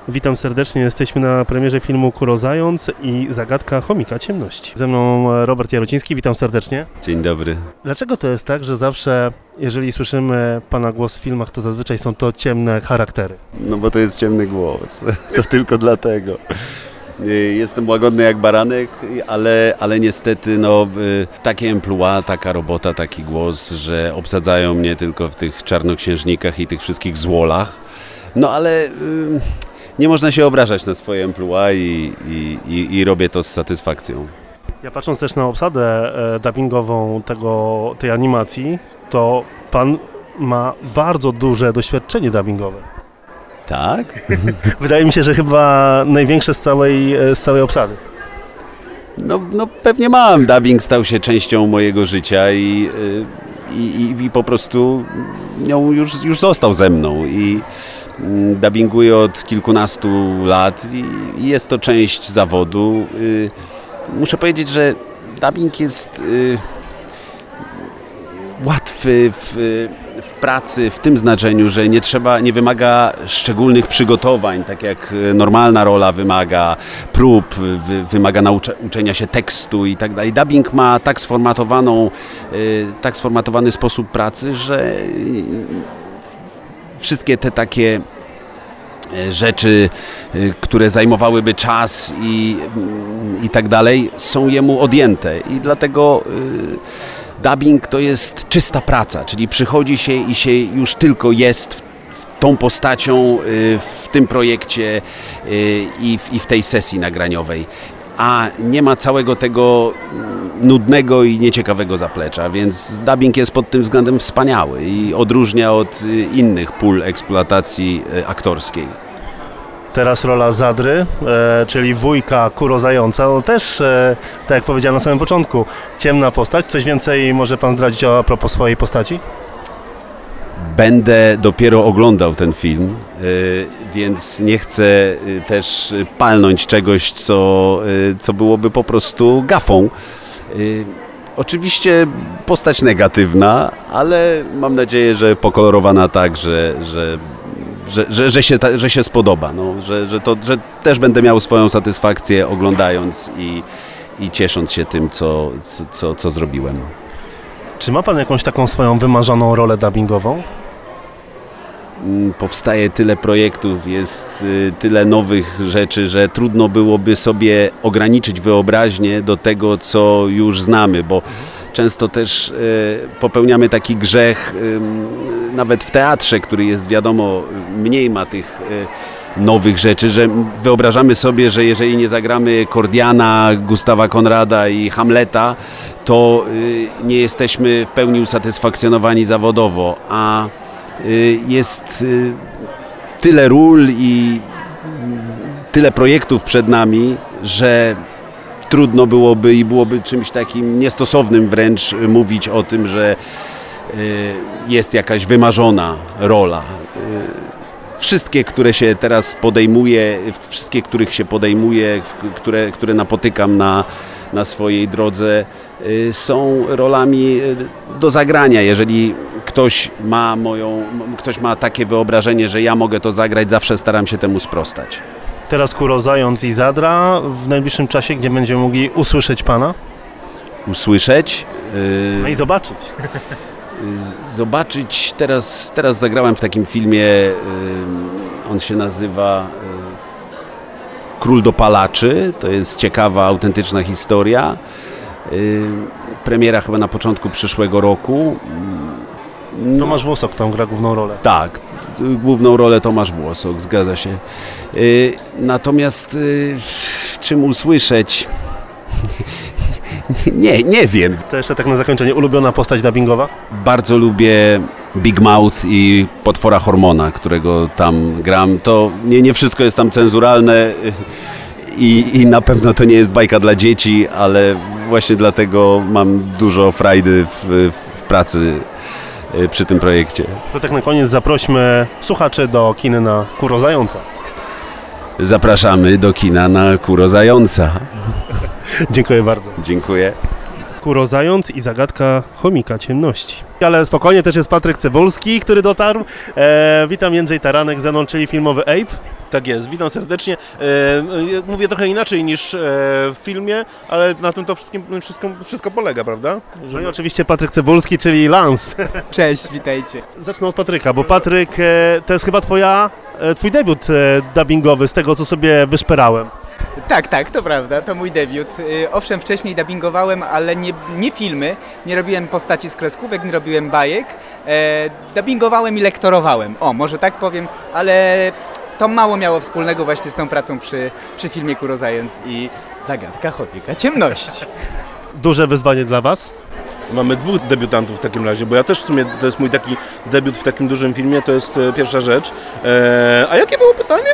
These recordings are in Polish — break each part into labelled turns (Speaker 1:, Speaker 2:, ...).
Speaker 1: Witam serdecznie, jesteśmy na premierze filmu Kuro Zając i zagadka chomika ciemności. Ze mną Robert Jarociński, witam serdecznie.
Speaker 2: Dzień dobry.
Speaker 1: Dlaczego to jest tak, że zawsze, jeżeli słyszymy Pana głos w filmach, to zazwyczaj są to ciemne charaktery?
Speaker 2: No bo to jest ciemny głos, to tylko dlatego. Jestem łagodny jak baranek, ale niestety takie emploi, taka robota, taki głos, że obsadzają mnie tylko w tych czarnoksiężnikach i tych wszystkich złolach. No ale nie można się obrażać na swoje emploi i robię to z satysfakcją.
Speaker 1: Ja patrząc też na obsadę dubbingową tej animacji, to Pan ma bardzo duże doświadczenie dubbingowe.
Speaker 2: Tak?
Speaker 1: Wydaje mi się, że chyba największe z całej obsady.
Speaker 2: No pewnie mam. Dubbing stał się częścią mojego życia i po prostu już został ze mną. I dubbinguję od kilkunastu lat i jest to część zawodu. Muszę powiedzieć, że dubbing jest łatwy w pracy w tym znaczeniu, że nie wymaga szczególnych przygotowań, tak jak normalna rola wymaga prób, wymaga uczenia się tekstu i tak dalej. Dubbing ma tak sformatowany sposób pracy, że wszystkie te takie rzeczy, które zajmowałyby czas i tak dalej, są jemu odjęte i dlatego dubbing to jest czysta praca, czyli przychodzi się i się już tylko jest tą postacią w tym projekcie i w tej sesji nagraniowej, a nie ma całego tego nudnego i nieciekawego zaplecza, więc dubbing jest pod tym względem wspaniały i odróżnia od innych pól eksploatacji aktorskiej.
Speaker 1: Teraz rola Zadry, czyli wujka Kuro Zająca, no też, tak jak powiedziałem na samym początku, ciemna postać. Coś więcej może Pan zdradzić a propos swojej postaci?
Speaker 2: Będę dopiero oglądał ten film, więc nie chcę też palnąć czegoś, co byłoby po prostu gafą. Oczywiście postać negatywna, ale mam nadzieję, że pokolorowana tak, że się spodoba, że też będę miał swoją satysfakcję oglądając i ciesząc się tym, co zrobiłem.
Speaker 1: Czy ma Pan jakąś taką swoją wymarzoną rolę dubbingową?
Speaker 2: Powstaje tyle projektów, jest tyle nowych rzeczy, że trudno byłoby sobie ograniczyć wyobraźnię do tego, co już znamy, bo często też popełniamy taki grzech, nawet w teatrze, który jest, wiadomo, mniej ma tych nowych rzeczy, że wyobrażamy sobie, że jeżeli nie zagramy Kordiana, Gustawa Konrada i Hamleta, to nie jesteśmy w pełni usatysfakcjonowani zawodowo, a jest tyle ról i tyle projektów przed nami, że trudno byłoby i byłoby czymś takim niestosownym wręcz mówić o tym, że jest jakaś wymarzona rola. Wszystkie, które się teraz podejmuje, wszystkie, których się podejmuje, które napotykam na swojej drodze, są rolami do zagrania. Jeżeli ktoś ma takie wyobrażenie, że ja mogę to zagrać, zawsze staram się temu sprostać.
Speaker 1: Teraz Kuro Zając i Zadra. W najbliższym czasie, gdzie będziemy mogli usłyszeć Pana?
Speaker 2: Usłyszeć?
Speaker 1: No i zobaczyć.
Speaker 2: Zobaczyć. Teraz zagrałem w takim filmie, on się nazywa Król dopalaczy. To jest ciekawa, autentyczna historia. Premiera chyba na początku przyszłego roku.
Speaker 1: Tomasz Włosok tam gra główną rolę.
Speaker 2: Tak, główną rolę Tomasz Włosok, zgadza się. Natomiast czym usłyszeć? Nie wiem.
Speaker 1: To jeszcze tak na zakończenie, ulubiona postać dubbingowa?
Speaker 2: Bardzo lubię Big Mouth i potwora Hormona, którego tam gram. To nie wszystko jest tam cenzuralne i na pewno to nie jest bajka dla dzieci, ale właśnie dlatego mam dużo frajdy w pracy przy tym projekcie.
Speaker 1: To tak na koniec zaprośmy słuchaczy do kina na Kuro Zająca.
Speaker 2: Zapraszamy do kina na Kuro Zająca.
Speaker 1: Dziękuję bardzo.
Speaker 2: Dziękuję.
Speaker 1: Kuro Zając i zagadka chomika ciemności. Ale spokojnie, też jest Patryk Cebulski, który dotarł. Witam, Jędrzej Taranek, Zenon, czyli filmowy Ape.
Speaker 3: Tak jest, witam serdecznie. Mówię trochę inaczej niż w filmie, ale na tym to wszystko polega, prawda?
Speaker 1: No i oczywiście Patryk Cebulski, czyli Lans.
Speaker 4: Cześć, witajcie.
Speaker 1: Zacznę od Patryka, bo Patryk to jest chyba twój debiut dubbingowy z tego, co sobie wyszperałem.
Speaker 4: Tak, to prawda, to mój debiut. Owszem, wcześniej dubbingowałem, ale nie filmy, nie robiłem postaci z kreskówek, nie robiłem bajek. Dubbingowałem i lektorowałem, może tak powiem, ale to mało miało wspólnego właśnie z tą pracą przy filmie Kurozając i Zagadka Chłopieka Ciemności.
Speaker 1: Duże wyzwanie dla Was?
Speaker 3: Mamy dwóch debiutantów w takim razie, bo ja też w sumie, to jest mój taki debiut w takim dużym filmie, to jest pierwsza rzecz. A jakie było pytanie?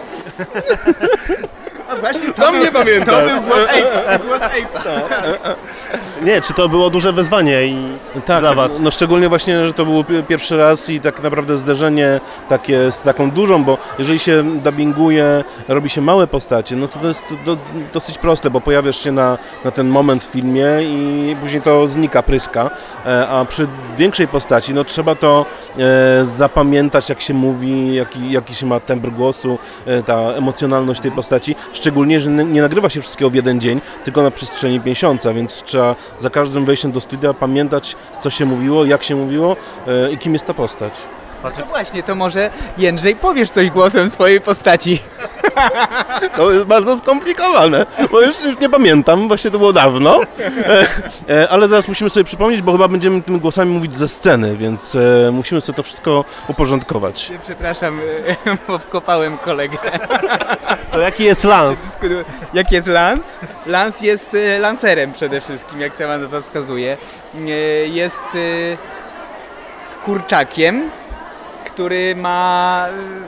Speaker 4: A właśnie
Speaker 3: Sam nie pamiętam.
Speaker 4: To był głos Ape'a.
Speaker 1: Nie, czy to było duże wyzwanie dla Was?
Speaker 3: No szczególnie właśnie, że to był pierwszy raz i tak naprawdę zderzenie takie z taką dużą, bo jeżeli się dubbinguje, robi się małe postacie, no to jest dosyć proste, bo pojawiasz się na ten moment w filmie i później to znika, pryska, a przy większej postaci, no trzeba to zapamiętać, jak się mówi, jaki się ma tembr głosu, ta emocjonalność tej postaci, szczególnie, że nie nagrywa się wszystkiego w jeden dzień, tylko na przestrzeni miesiąca, więc trzeba za każdym wejściem do studia pamiętać, co się mówiło, jak się mówiło i kim jest ta postać.
Speaker 4: No właśnie, to może Jędrzej powiesz coś głosem swojej postaci.
Speaker 3: To jest bardzo skomplikowane, bo już nie pamiętam, właśnie to było dawno, ale zaraz musimy sobie przypomnieć, bo chyba będziemy tymi głosami mówić ze sceny, więc musimy sobie to wszystko uporządkować.
Speaker 4: Przepraszam, bo wkopałem kolegę.
Speaker 1: To jaki jest Lans?
Speaker 4: Jaki jest Lans? Lans jest lancerem przede wszystkim, jak sama nazwa wskazuje. Jest kurczakiem, który ma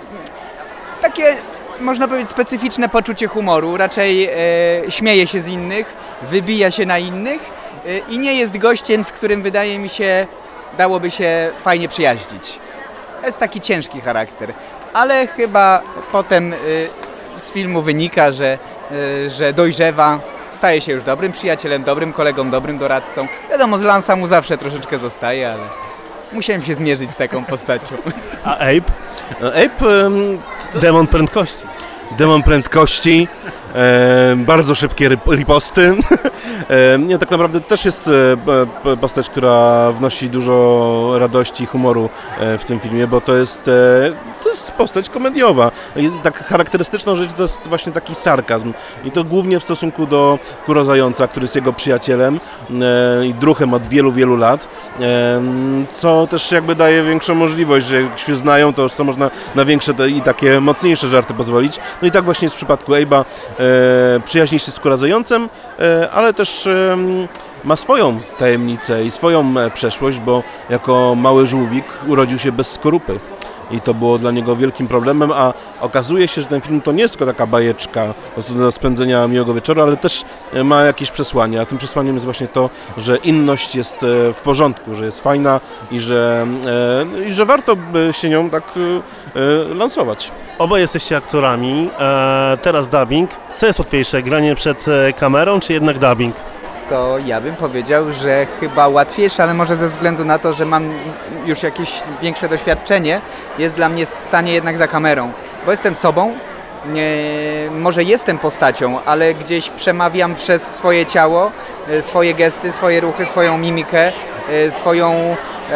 Speaker 4: takie, można powiedzieć, specyficzne poczucie humoru. Raczej śmieje się z innych, wybija się na innych i nie jest gościem, z którym wydaje mi się dałoby się fajnie przyjaźnić. Jest taki ciężki charakter, ale chyba potem z filmu wynika, że dojrzewa, staje się już dobrym przyjacielem, dobrym kolegą, dobrym doradcą. Wiadomo, z Lansa mu zawsze troszeczkę zostaje, ale musiałem się zmierzyć z taką postacią.
Speaker 1: A Ape?
Speaker 3: Ape...
Speaker 1: Demon prędkości.
Speaker 3: Demon prędkości, bardzo szybkie riposty. Nie, tak naprawdę też jest postać, która wnosi dużo radości i humoru w tym filmie, bo to jest postać komediowa. I tak charakterystyczną rzecz to jest właśnie taki sarkazm. I to głównie w stosunku do Kurozająca, który jest jego przyjacielem i druhem od wielu, wielu lat, co też jakby daje większą możliwość, że jak się znają, to już co można na większe i takie mocniejsze żarty pozwolić. No i tak właśnie jest w przypadku Abe'a. Przyjaźni się z Kurozającem, ale też ma swoją tajemnicę i swoją przeszłość, bo jako mały żółwik urodził się bez skorupy. I to było dla niego wielkim problemem, a okazuje się, że ten film to nie jest tylko taka bajeczka do spędzenia miłego wieczoru, ale też ma jakieś przesłanie, a tym przesłaniem jest właśnie to, że inność jest w porządku, że jest fajna i że warto by się nią tak lansować.
Speaker 1: Oboje jesteście aktorami, teraz dubbing. Co jest łatwiejsze, granie przed kamerą, czy jednak dubbing?
Speaker 4: To ja bym powiedział, że chyba łatwiejsze, ale może ze względu na to, że mam już jakieś większe doświadczenie, jest dla mnie stanie jednak za kamerą, bo jestem sobą, może jestem postacią, ale gdzieś przemawiam przez swoje ciało, swoje gesty, swoje ruchy, swoją mimikę, swoją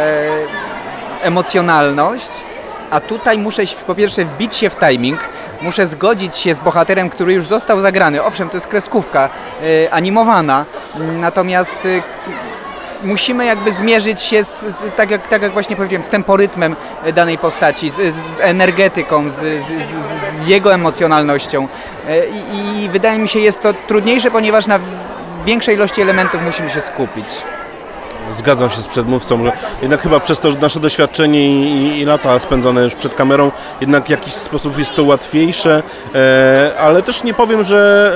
Speaker 4: emocjonalność, a tutaj muszę po pierwsze wbić się w timing, muszę zgodzić się z bohaterem, który już został zagrany. Owszem, to jest kreskówka animowana, natomiast musimy jakby zmierzyć się tak jak właśnie powiedziałem, z temporytmem danej postaci, z energetyką, z jego emocjonalnością. I wydaje mi się, jest to trudniejsze, ponieważ na większej ilości elementów musimy się skupić.
Speaker 3: Zgadzam się z przedmówcą, że jednak chyba przez to, że nasze doświadczenie i lata spędzone już przed kamerą, jednak w jakiś sposób jest to łatwiejsze, ale też nie powiem, że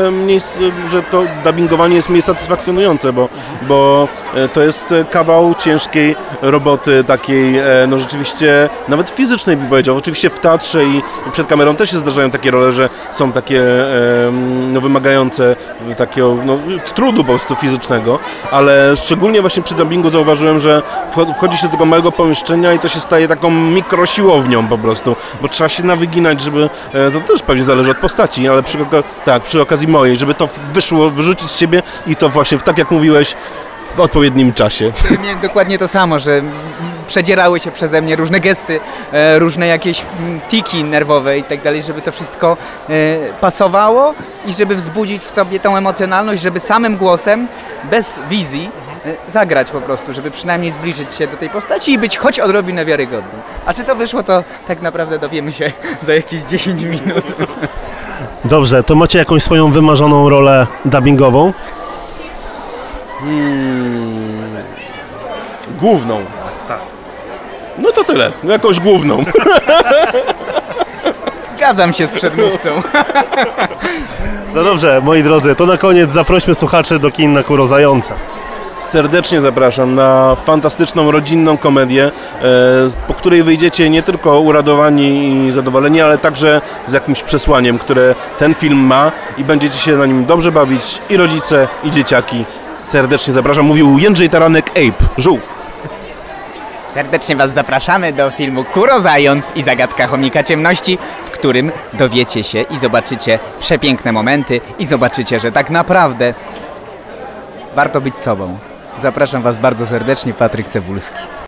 Speaker 3: to dubbingowanie jest mniej satysfakcjonujące, bo to jest kawał ciężkiej roboty, takiej no rzeczywiście nawet fizycznej, bym powiedział. Oczywiście w teatrze i przed kamerą też się zdarzają takie role, że są takie no, wymagające takiego no, trudu po prostu fizycznego, ale szczególnie właśnie właśnie przy dubbingu zauważyłem, że wchodzi się do tego małego pomieszczenia i to się staje taką mikrosiłownią po prostu, bo trzeba się nawyginać, żeby, to też pewnie zależy od postaci, ale przy okazji mojej, żeby to wyszło, wyrzucić z ciebie i to właśnie, tak jak mówiłeś, w odpowiednim czasie.
Speaker 4: Miałem dokładnie to samo, że przedzierały się przeze mnie różne gesty, różne jakieś tiki nerwowe i tak dalej, żeby to wszystko pasowało i żeby wzbudzić w sobie tą emocjonalność, żeby samym głosem, bez wizji, zagrać po prostu, żeby przynajmniej zbliżyć się do tej postaci i być choć odrobinę wiarygodnym. A czy to wyszło, to tak naprawdę dowiemy się za jakieś 10 minut.
Speaker 1: Dobrze, to macie jakąś swoją wymarzoną rolę dubbingową?
Speaker 3: Główną.
Speaker 1: Tak.
Speaker 3: No to tyle, jakąś główną.
Speaker 4: Zgadzam się z przedmówcą.
Speaker 1: No dobrze, moi drodzy, to na koniec zaprośmy słuchaczy do kin na Kuro Zająca.
Speaker 3: Serdecznie zapraszam na fantastyczną, rodzinną komedię, po której wyjdziecie nie tylko uradowani i zadowoleni, ale także z jakimś przesłaniem, które ten film ma i będziecie się na nim dobrze bawić i rodzice, i dzieciaki. Serdecznie zapraszam. Mówił Jędrzej Taranek, Ape, żółw.
Speaker 4: Serdecznie Was zapraszamy do filmu Kuro Zając i Zagadka Chomika Ciemności, w którym dowiecie się i zobaczycie przepiękne momenty i zobaczycie, że tak naprawdę warto być sobą. Zapraszam Was bardzo serdecznie, Patryk Cebulski.